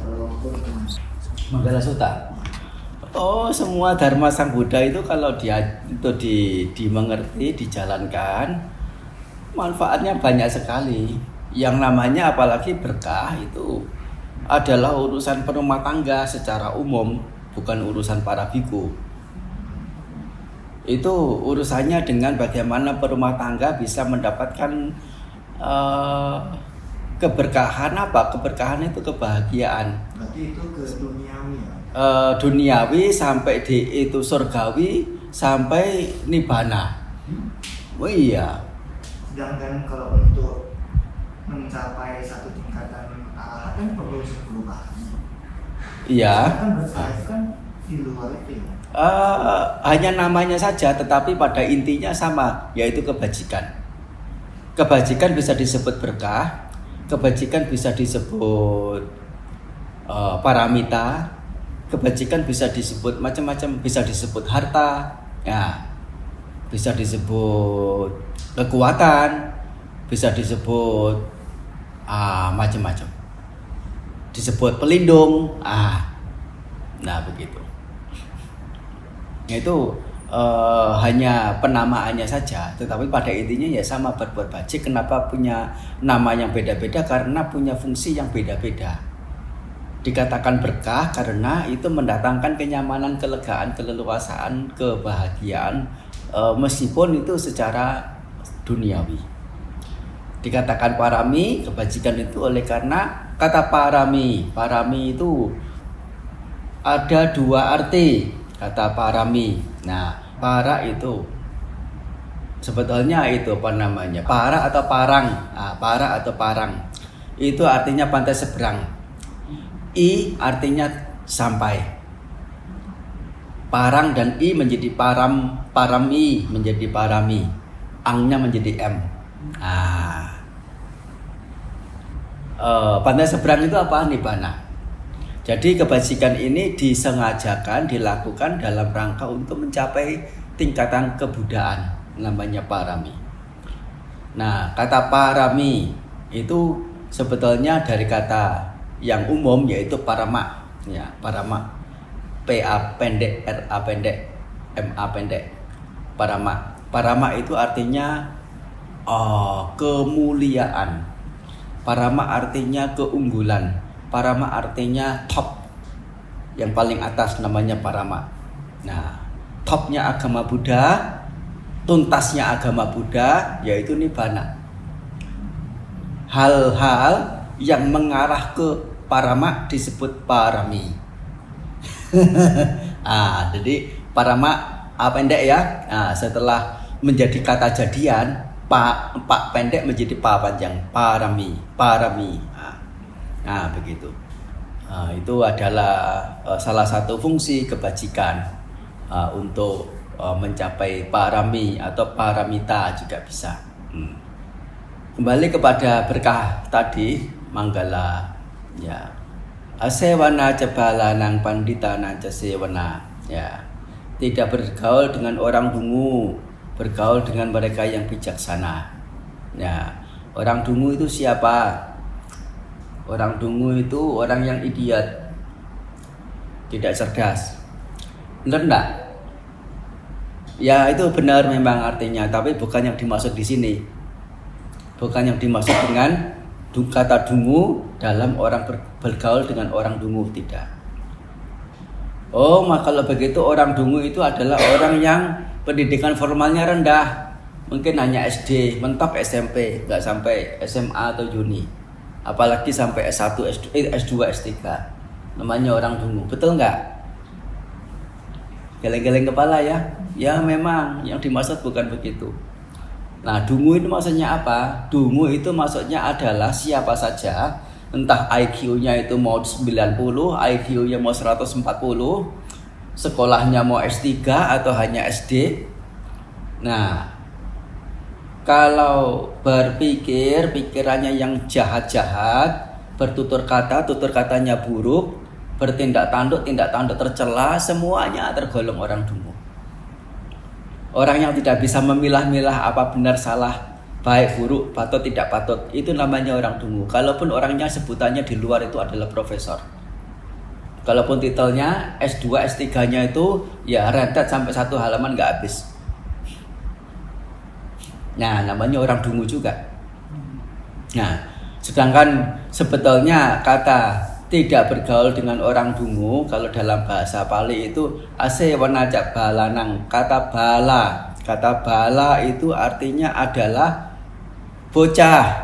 Manggala Sutta. Oh, semua Dharma Sang Buddha itu kalau dia itu dimengerti, dijalankan, manfaatnya banyak sekali. Yang namanya apalagi berkah itu adalah urusan perumah tangga secara umum, bukan urusan para biku. Itu urusannya dengan bagaimana perumah tangga bisa mendapatkan keberkahan apa? Keberkahan itu kebahagiaan. Berarti itu ke duniawi ya? Duniawi sampai di itu surgawi sampai nibbana. Oh iya. Sedangkan kalau untuk mencapai satu tingkatan arahat kan perlu 10 bahkan. Iya. Kan berkah itu kan di luar itu ya. Hanya namanya saja, tetapi pada intinya sama, yaitu kebajikan. Kebajikan bisa disebut berkah, kebajikan bisa disebut paramita, kebajikan bisa disebut macam-macam, bisa disebut harta, ya, bisa disebut kekuatan, bisa disebut macam-macam, disebut pelindung, nah begitu. Itu hanya penamaannya saja, tetapi pada intinya ya sama, berbuat baik. Kenapa punya nama yang beda-beda? Karena punya fungsi yang beda-beda. Dikatakan berkah karena itu mendatangkan kenyamanan, kelegaan, keleluasaan, kebahagiaan, meskipun itu secara duniawi. Dikatakan parami, kebajikan itu oleh karena kata parami itu ada dua arti. Kata parami. Nah, para itu sebetulnya itu apa namanya? Para atau parang. Para atau parang. Itu artinya pantai seberang. I artinya sampai. Parang dan i menjadi param, parami menjadi parami. Angnya menjadi m. Pantai seberang itu apa? Nibbana. Jadi kebajikan ini disengajakan, dilakukan dalam rangka untuk mencapai tingkatan kebudaan, namanya parami. Nah, kata parami itu sebetulnya dari kata yang umum yaitu parama, ya, parama, PA pendek, RA pendek, MA pendek, parama. Parama itu artinya kemuliaan. Parama artinya keunggulan. Parama artinya top, yang paling atas namanya parama. Nah, topnya agama Buddha, tuntasnya agama Buddha yaitu nibbana. Hal-hal yang mengarah ke parama disebut parami. Jadi parama pendek ya. Setelah menjadi kata jadian, pak pendek menjadi pa panjang, parami. Begitu. Itu adalah salah satu fungsi kebajikan untuk mencapai parami atau paramita juga bisa. Kembali kepada berkah tadi, Manggala, ya. Asewana cebala nang pandita nang sewana, ya. Tidak bergaul dengan orang dungu, bergaul dengan mereka yang bijaksana. Ya, orang dungu itu siapa? Orang dungu itu orang yang idiot, tidak cerdas. Benar enggak? Ya, itu benar memang artinya, tapi bukan yang dimaksud di sini. Bukan yang dimaksud dengan kata dungu dalam orang bergaul dengan orang dungu, tidak. Maka kalau begitu orang dungu itu adalah orang yang pendidikan formalnya rendah. Mungkin hanya SD, mentok SMP, enggak sampai SMA atau Uni. Apalagi sampai S1, S2, S3. Namanya orang dungu. Betul enggak? Geleng-geleng kepala ya. Ya memang yang dimaksud bukan begitu. Nah, dungu itu maksudnya apa? Dungu itu maksudnya adalah siapa saja, entah IQ-nya itu mau 90, IQ-nya mau 140, sekolahnya mau S3 atau hanya SD. Nah, kalau berpikir, pikirannya yang jahat-jahat, bertutur kata, tutur katanya buruk, bertindak tanduk, tindak tanduk tercela, semuanya tergolong orang dungu. Orang yang tidak bisa memilah-milah apa benar salah, baik buruk, patut tidak patut, itu namanya orang dungu. Kalaupun orangnya sebutannya di luar itu adalah profesor, Kalaupun titelnya S2, S3-nya itu ya rentet sampai 1 halaman nggak habis. Nah, namanya orang dungu juga. Nah, sedangkan sebetulnya kata tidak bergaul dengan orang dungu kalau dalam bahasa Pali itu ase wanajak balanang. Kata bala itu artinya adalah bocah.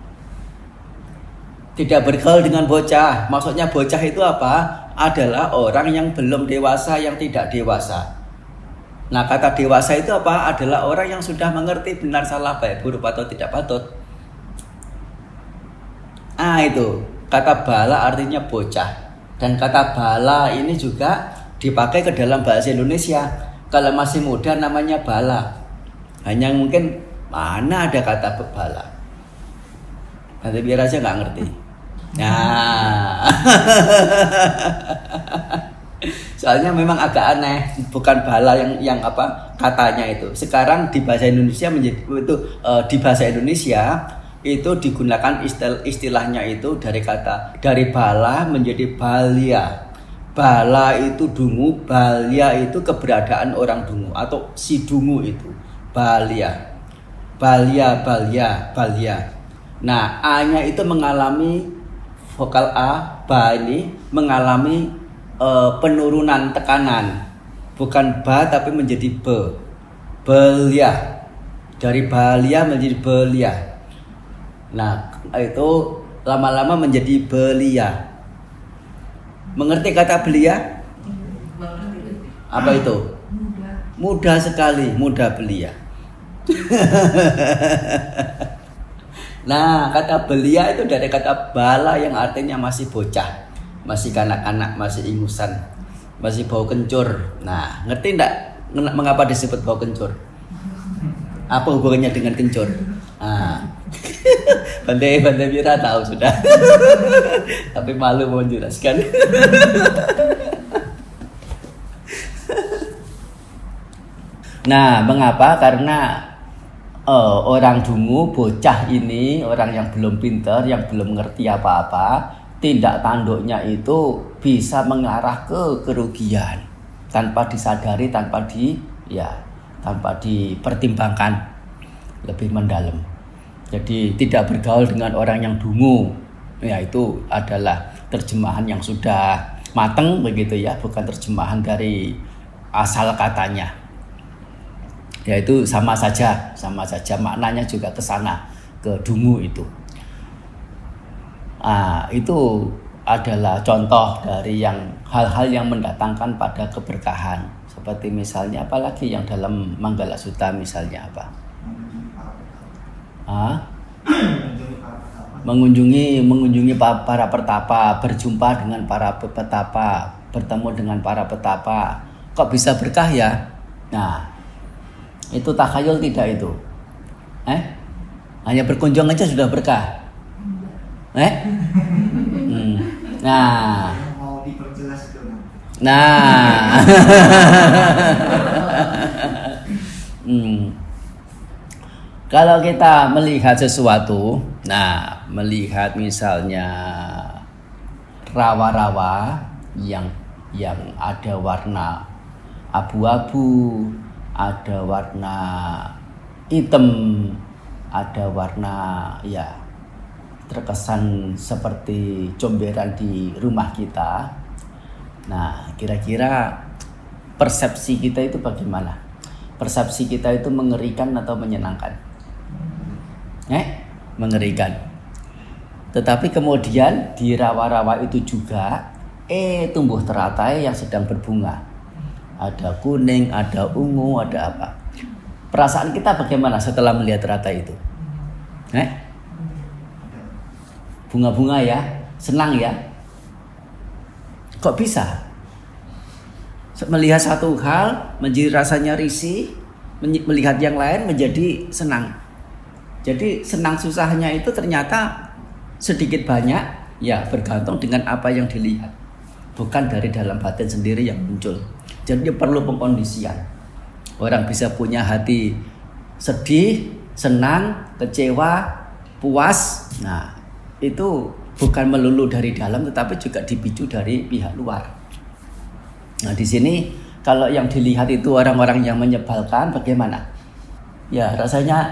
Tidak bergaul dengan bocah. Maksudnya bocah itu apa? Adalah orang yang belum dewasa, yang tidak dewasa. Nah, kata dewasa itu apa? Adalah orang yang sudah mengerti benar salah, baik buruk atau tidak patut. Itu. Kata bala artinya bocah. Dan kata bala ini juga dipakai ke dalam bahasa Indonesia. Kalau masih muda namanya bala. Hanya mungkin mana ada kata bala. Nanti biar aja nggak ngerti. Nah, soalnya memang agak aneh, bukan bala yang apa katanya itu. Sekarang di bahasa Indonesia menjadi itu di bahasa Indonesia itu digunakan istilahnya itu dari bala menjadi balia. Bala itu dungu, balia itu keberadaan orang dungu atau si dungu itu balia. Balia. Nah, A-nya itu mengalami vokal A, ba ini mengalami penurunan tekanan. Bukan ba tapi menjadi be. Belia. Dari balia menjadi belia. Nah, itu lama-lama menjadi belia. Mengerti kata belia? Apa itu? Mudah sekali, mudah belia. Nah, kata belia itu dari kata bala yang artinya masih bocah, masih kanak-kanak, masih ingusan, masih bau kencur. Nah, ngerti enggak mengapa disebut bau kencur? Apa hubungannya dengan kencur? Pandai Mira tahu sudah. Tapi malu mau menjelaskan. Nah, mengapa? Karena orang dungu, bocah ini, orang yang belum pintar, yang belum mengerti apa-apa, tindak tanduknya itu bisa mengarah ke kerugian tanpa disadari, tanpa dipertimbangkan lebih mendalam. Jadi tidak bergaul dengan orang yang dungu, ya itu adalah terjemahan yang sudah matang begitu ya, bukan terjemahan dari asal katanya. Yaitu sama saja maknanya juga ke sana, ke dungu itu. Itu adalah contoh dari hal-hal yang mendatangkan pada keberkahan. Seperti misalnya apalagi yang dalam Manggala Sutta misalnya apa? Mengunjungi para petapa, berjumpa dengan para petapa, bertemu dengan para petapa. Kok bisa berkah ya? Nah, itu takhayul tidak itu? Hanya berkunjung aja sudah berkah? Nah, mau diperjelas itu. Nah, kalau kita melihat sesuatu, melihat misalnya rawa-rawa yang ada warna abu-abu, ada warna hitam, ada warna terkesan seperti comberan di rumah kita. Nah, kira-kira persepsi kita itu bagaimana? Persepsi kita itu mengerikan atau menyenangkan? Mengerikan. Tetapi kemudian di rawa-rawa itu juga tumbuh teratai yang sedang berbunga. Ada kuning, ada ungu, ada apa? Perasaan kita bagaimana setelah melihat teratai itu? Bunga-bunga ya, senang ya. Kok bisa? Melihat satu hal menjadi rasanya risih, melihat yang lain menjadi senang. Jadi senang susahnya itu ternyata sedikit banyak ya bergantung dengan apa yang dilihat. Bukan dari dalam batin sendiri yang muncul. Jadi perlu pengkondisian. Orang bisa punya hati sedih, senang, kecewa, puas. Nah, itu bukan melulu dari dalam tetapi juga dipicu dari pihak luar. Nah, di sini kalau yang dilihat itu orang-orang yang menyebalkan bagaimana? Ya, rasanya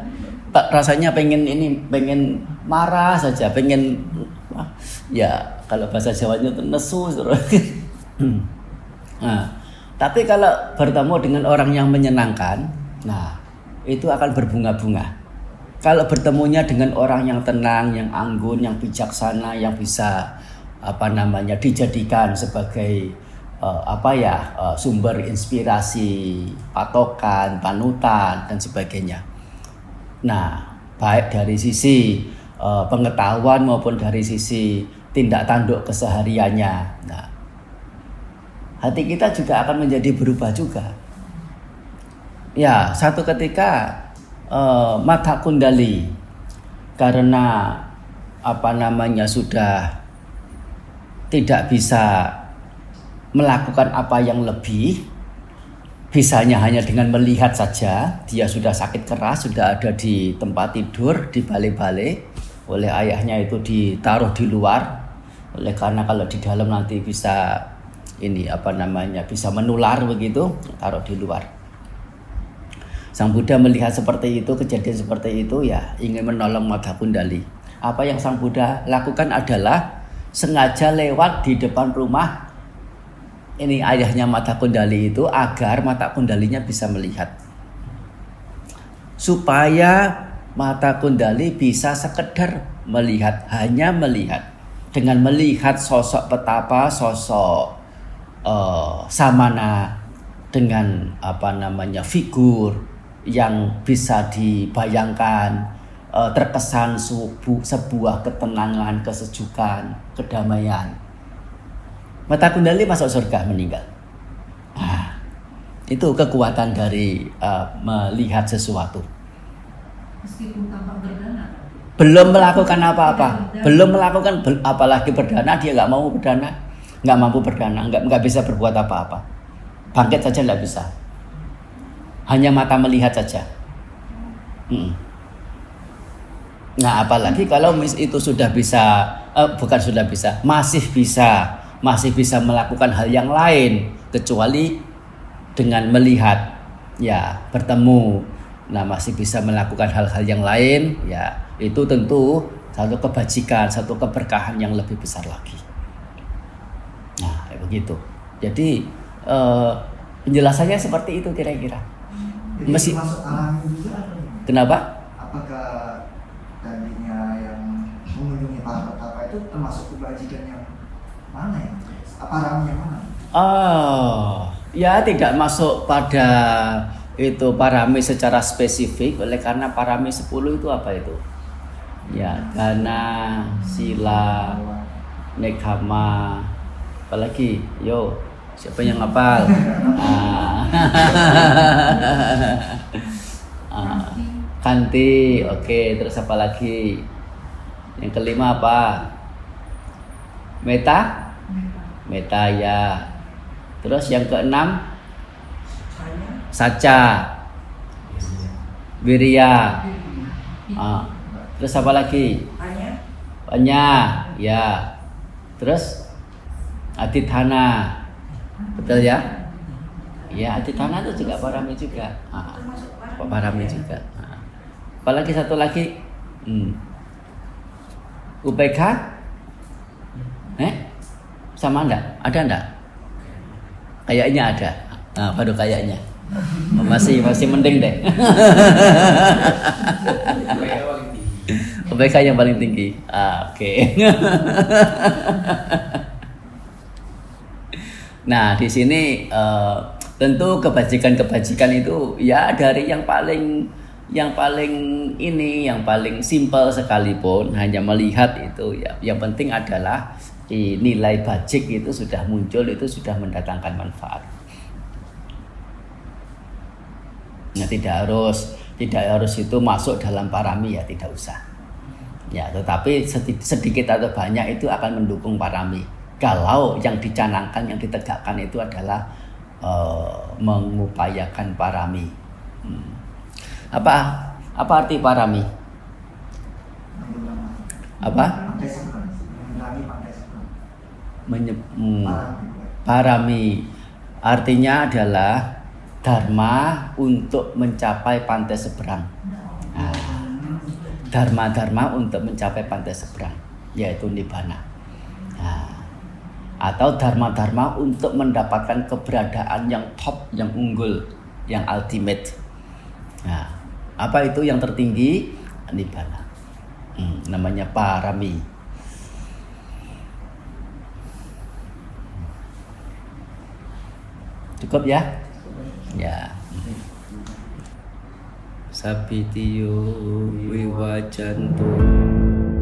pengen marah saja, pengen ya kalau bahasa Jawanya itu nesu. Nah, tapi kalau bertemu dengan orang yang menyenangkan, nah itu akan berbunga-bunga. Kalau bertemunya dengan orang yang tenang, yang anggun, yang bijaksana, yang bisa dijadikan sebagai sumber inspirasi, patokan, panutan dan sebagainya. Nah, baik dari sisi pengetahuan maupun dari sisi tindak tanduk kesehariannya. Nah, hati kita juga akan menjadi berubah juga. Ya, satu ketika mata kundali karena sudah tidak bisa melakukan apa yang lebih, bisanya hanya dengan melihat saja. Dia sudah sakit keras, sudah ada di tempat tidur di balai-balai, oleh ayahnya itu ditaruh di luar, oleh karena kalau di dalam nanti bisa bisa menular begitu, taruh di luar. Sang Buddha melihat seperti itu, kejadian seperti itu, ya ingin menolong mata kundali. Apa yang Sang Buddha lakukan adalah sengaja lewat di depan rumah ini ayahnya mata kundali itu agar mata kundalinya bisa melihat. Supaya mata kundali bisa sekedar melihat, hanya melihat. Dengan melihat sosok petapa, sosok samana dengan figur yang bisa dibayangkan, terkesan sebuah ketenangan, kesejukan, kedamaian. Mata kundali masuk surga, meninggal. Nah, itu kekuatan dari melihat sesuatu. Meskipun tampak berdana. Belum melakukan apa-apa, apalagi berdana, dia nggak mau berdana, nggak mampu berdana, nggak bisa berbuat apa-apa. Bangkit saja nggak bisa. Hanya mata melihat saja. Nah, apalagi kalau itu sudah bisa, masih bisa melakukan hal yang lain kecuali dengan melihat, ya bertemu. Nah, masih bisa melakukan hal-hal yang lain, ya itu tentu satu kebajikan, satu keberkahan yang lebih besar lagi. Nah, begitu. Jadi penjelasannya seperti itu kira-kira. Jadi masuk alami juga atau gimana? Kenapa? Apakah tadinya yang mengunjungi para petapa itu termasuk kebajikan yang mana ya? Apa rami yang mana? Ya tidak masuk pada itu parami secara spesifik, oleh karena parami 10 itu apa itu? Ya, dana, sila, nekama, apalagi? Yo, siapa yang hafal? Kanti, oke. Terus apa lagi? Yang kelima apa? Meta ya. Terus yang keenam saca, wirya. Terus apa lagi? Panya ya. Terus adithana, betul ya? Ya, adithana itu juga parami juga. Parami juga. Apalagi satu lagi, UPK, sama enggak? Ada enggak? Kayaknya ada. Nah, baru kayaknya. Masih mending deh. UPK yang paling tinggi. Oke. Nah, di sini tentu kebajikan itu ya dari yang paling simpel sekalipun, hanya melihat itu ya. Yang penting adalah nilai bajik itu sudah muncul, itu sudah mendatangkan manfaat. Nah, tidak harus itu masuk dalam parami, ya tidak usah. Ya, tetapi sedikit atau banyak itu akan mendukung parami. Kalau yang dicanangkan, yang ditegakkan itu adalah mengupayakan parami. Apa arti parami? Apa? seberang. Parami. Parami artinya adalah dharma untuk mencapai pantai seberang. Dharma-dharma untuk mencapai pantai seberang, yaitu nibbana. Atau dharma-dharma untuk mendapatkan keberadaan yang top, yang unggul, yang ultimate. Apa itu yang tertinggi? Nibbana. Namanya parami. Cukup ya? Ya. Sabitiyo wiwajantu